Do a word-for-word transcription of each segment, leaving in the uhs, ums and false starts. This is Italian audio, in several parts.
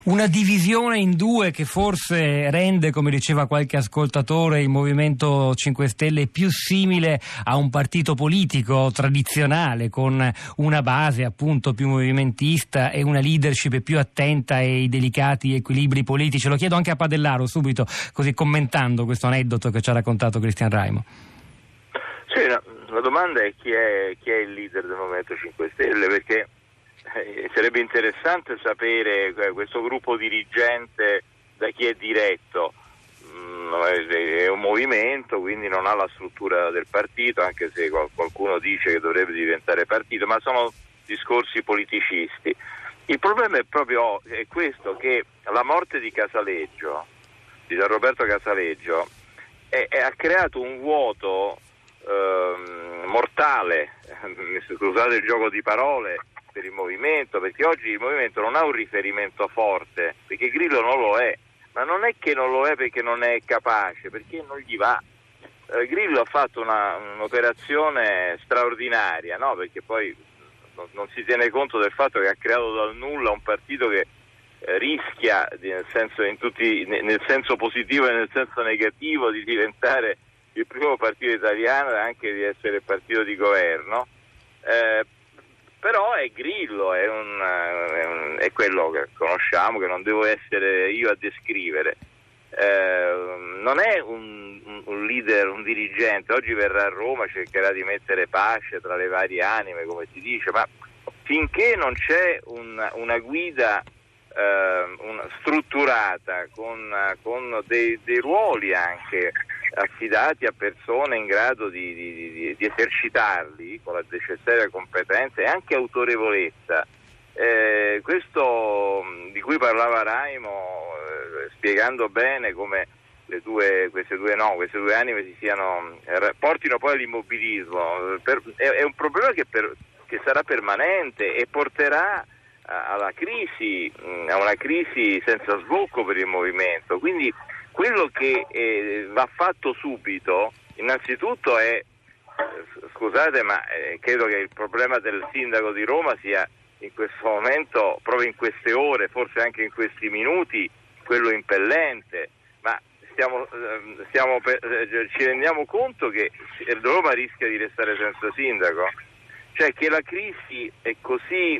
Una divisione in due che forse rende, come diceva qualche ascoltatore, il Movimento cinque Stelle più simile a un partito politico tradizionale, con una base appunto più movimentista e una leadership più attenta ai delicati equilibri politici. Lo chiedo anche a Padellaro subito, così commentando questo aneddoto che ci ha raccontato Cristian Raimo. Sì, no, la domanda è chi è, chi è il leader del Movimento cinque Stelle, perché Eh, sarebbe interessante sapere eh, questo gruppo dirigente da chi è diretto. Mm, è, è un movimento, quindi non ha la struttura del partito, anche se qualcuno dice che dovrebbe diventare partito, ma sono discorsi politicisti. Il problema è proprio è questo, che la morte di Casaleggio, di Gian Roberto Casaleggio, è, è, ha creato un vuoto eh, mortale, scusate il gioco di parole, per il movimento, perché oggi il movimento non ha un riferimento forte, perché Grillo non lo è, ma non è che non lo è perché non è capace, perché non gli va. Eh, Grillo ha fatto una, un'operazione straordinaria, no? Perché poi non, non si tiene conto del fatto che ha creato dal nulla un partito che eh, rischia, nel senso, in tutti, nel senso positivo e nel senso negativo, di diventare il primo partito italiano e anche di essere il partito di governo. Eh, Però è Grillo, è, un, è, un, è quello che conosciamo, che non devo essere io a descrivere. Eh, non è un, un leader, un dirigente. Oggi verrà a Roma, cercherà di mettere pace tra le varie anime, come si dice, ma finché non c'è un, una guida eh, una, strutturata, con, con dei, dei ruoli anche affidati a persone in grado di, di, di, di esercitarli con la necessaria competenza e anche autorevolezza. Eh, questo di cui parlava Raimo, eh, spiegando bene come le due, queste due no, queste due anime si siano eh, portino poi all'immobilismo, per, è, è un problema che, per, che sarà permanente e porterà a, alla crisi, a una crisi senza sbocco per il movimento. Quindi quello che eh, va fatto subito, innanzitutto è, eh, scusate, ma eh, credo che il problema del sindaco di Roma sia in questo momento, proprio in queste ore, forse anche in questi minuti, quello impellente, ma stiamo, eh, stiamo per, eh, ci rendiamo conto che Roma rischia di restare senza sindaco, cioè che la crisi è così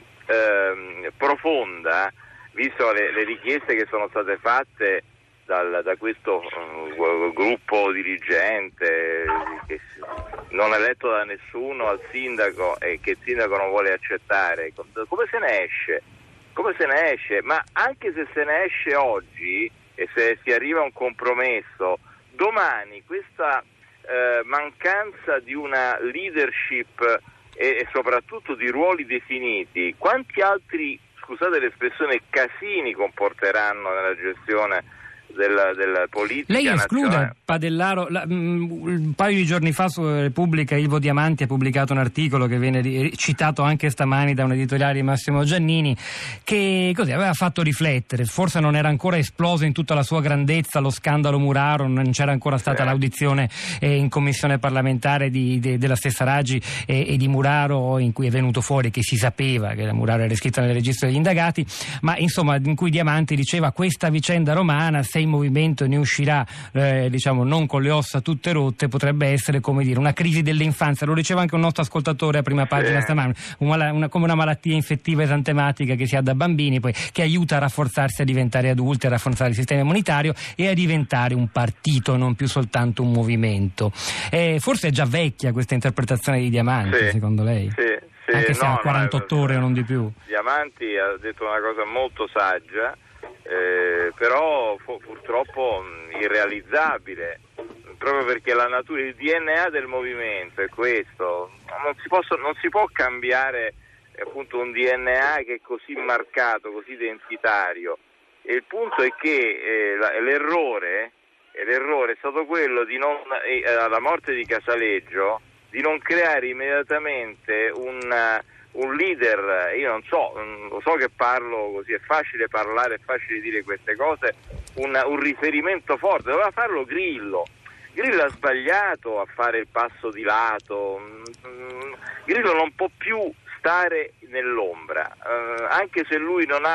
eh, profonda, visto le, le richieste che sono state fatte Dal, da questo uh, gruppo dirigente che non eletto da nessuno al sindaco e che il sindaco non vuole accettare. Come se ne esce? Come se ne esce? Ma anche se se ne esce oggi e se si arriva a un compromesso, domani questa uh, mancanza di una leadership e, e soprattutto di ruoli definiti, quanti altri, scusate l'espressione, casini comporteranno nella gestione Della, della politica. Lei esclude, nazionale. Padellaro, la, mh, un paio di giorni fa su Repubblica Ilvo Diamanti ha pubblicato un articolo che viene ri- citato anche stamani da un editoriale di Massimo Giannini, che così aveva fatto riflettere. Forse non era ancora esploso in tutta la sua grandezza lo scandalo Muraro, non c'era ancora stata eh. l'audizione eh, in commissione parlamentare di, de, della stessa Raggi e, e di Muraro, in cui è venuto fuori che si sapeva che la Muraro era iscritta nel registro degli indagati, ma insomma in cui Diamanti diceva: questa vicenda romana, se il movimento ne uscirà eh, diciamo non con le ossa tutte rotte, potrebbe essere, come dire, una crisi dell'infanzia. Lo diceva anche un nostro ascoltatore a prima pagina sì. stamani, una, una, come una malattia infettiva esantematica che si ha da bambini, poi che aiuta a rafforzarsi, a diventare adulti, a rafforzare il sistema immunitario e a diventare un partito, non più soltanto un movimento. Eh, forse è già vecchia questa interpretazione di Diamanti, sì. secondo lei? Sì, sì. Anche se no, ha quarantotto no, ore o non di più. Diamanti ha detto una cosa molto saggia, Eh, però fu, purtroppo mh, irrealizzabile, proprio perché la natura, il D N A del movimento è questo, non si, posso, non si può cambiare eh, appunto un D N A che è così marcato, così identitario, e il punto è che eh, la, l'errore, eh, l'errore è stato quello di non, eh, alla morte di Casaleggio, di non creare immediatamente un un leader. Io non so, lo so che parlo così, è facile parlare, è facile dire queste cose, un, un riferimento forte, doveva farlo Grillo. Grillo ha sbagliato a fare il passo di lato, Grillo non può più stare nell'ombra, eh, anche se lui non ha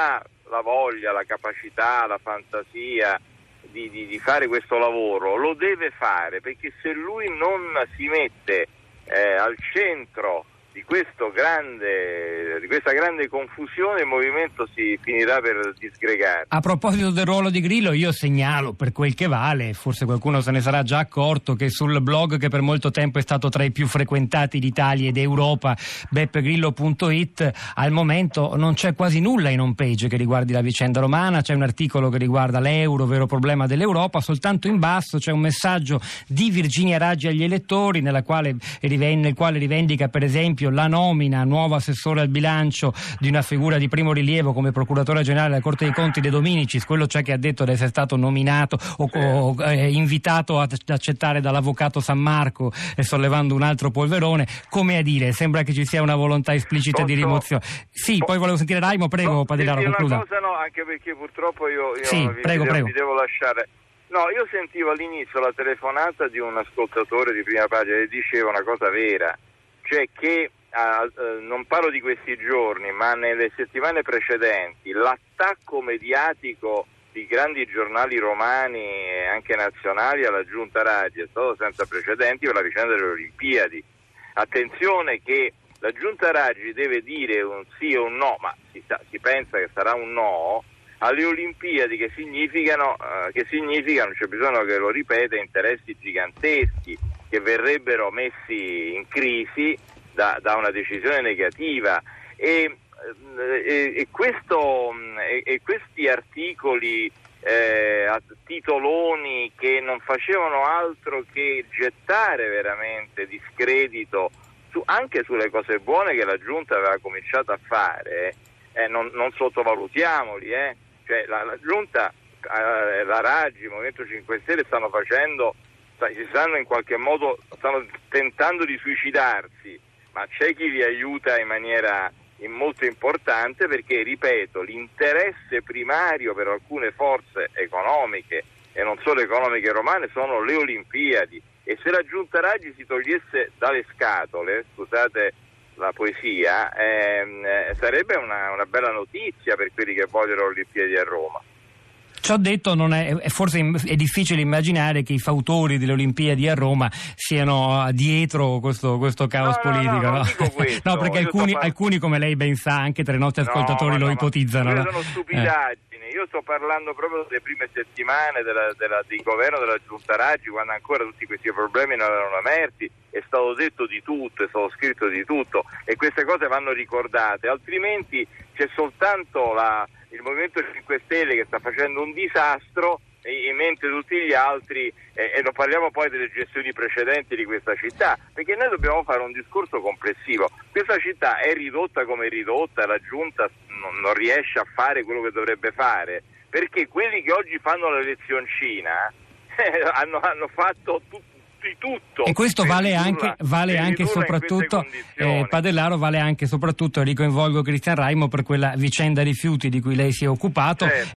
la voglia, la capacità, la fantasia di, di, di fare questo lavoro, lo deve fare, perché se lui non si mette eh, al centro di questo grande, di questa grande confusione, il movimento si finirà per disgregare. A proposito del ruolo di Grillo, io segnalo, per quel che vale, forse qualcuno se ne sarà già accorto, che sul blog che per molto tempo è stato tra i più frequentati d'Italia ed Europa, beppe grillo punto it, al momento non c'è quasi nulla in home page che riguardi la vicenda romana. C'è un articolo che riguarda l'euro, vero problema dell'Europa, soltanto in basso c'è un messaggio di Virginia Raggi agli elettori, nella quale, nel quale rivendica per esempio la nomina nuovo assessore al bilancio di una figura di primo rilievo come procuratore generale della Corte dei Conti, De Dominicis, quello cioè che ha detto di essere stato nominato o, o eh, invitato ad accettare dall'avvocato San Marco, e sollevando un altro polverone, come a dire, sembra che ci sia una volontà esplicita Posso... di rimozione. Sì, poi volevo sentire Raimo, prego, no, Padellaro, concluda. Una cosa no, anche perché purtroppo io, io sì, vi, prego, vi, prego. vi devo lasciare. No, io sentivo all'inizio la telefonata di un ascoltatore di Prima Pagina che diceva una cosa vera, cioè che Uh, non parlo di questi giorni, ma nelle settimane precedenti l'attacco mediatico di grandi giornali romani e anche nazionali alla giunta Raggi è stato senza precedenti per la vicenda delle Olimpiadi. Attenzione che la giunta Raggi deve dire un sì o un no, ma si, sa, si pensa che sarà un no, alle Olimpiadi, che significano, uh, che significano, c'è bisogno che lo ripeta, interessi giganteschi che verrebbero messi in crisi Da, da una decisione negativa e, e, e, questo, e, e questi articoli eh, a titoloni che non facevano altro che gettare veramente discredito su, anche sulle cose buone che la Giunta aveva cominciato a fare, eh, non, non sottovalutiamoli, eh. Cioè, la, la Giunta, eh, la Raggi, il Movimento cinque Stelle stanno facendo, si stanno in qualche modo stanno tentando di suicidarsi, ma c'è chi li aiuta in maniera molto importante, perché, ripeto, l'interesse primario per alcune forze economiche e non solo economiche romane sono le Olimpiadi, e se la Giunta Raggi si togliesse dalle scatole, scusate la poesia, ehm, eh, sarebbe una, una bella notizia per quelli che vogliono le Olimpiadi a Roma. Ciò detto, non è, è forse è difficile immaginare che i fautori delle Olimpiadi a Roma siano dietro questo, questo caos no, politico. No, no, no? non dico questo. No, perché alcuni, par- alcuni, come lei ben sa, anche tra i nostri ascoltatori no, lo no, ipotizzano. Ma no? sono stupidaggini. Eh. Io sto parlando proprio delle prime settimane della, della, di governo della Giunta Raggi, quando ancora tutti questi problemi non erano emersi, è stato detto di tutto, è stato scritto di tutto, e queste cose vanno ricordate, altrimenti c'è soltanto la... il Movimento cinque Stelle che sta facendo un disastro, e, e mentre tutti gli altri, eh, e non parliamo poi delle gestioni precedenti di questa città, perché noi dobbiamo fare un discorso complessivo. Questa città è ridotta come è ridotta, la Giunta non, non riesce a fare quello che dovrebbe fare, perché quelli che oggi fanno la lezioncina eh, hanno, hanno fatto tutto di tutto. E questo vale ridurla, anche, vale anche soprattutto, eh, Padellaro, vale anche soprattutto, ricoinvolgo Cristian Raimo, per quella vicenda rifiuti di cui lei si è occupato. Certo.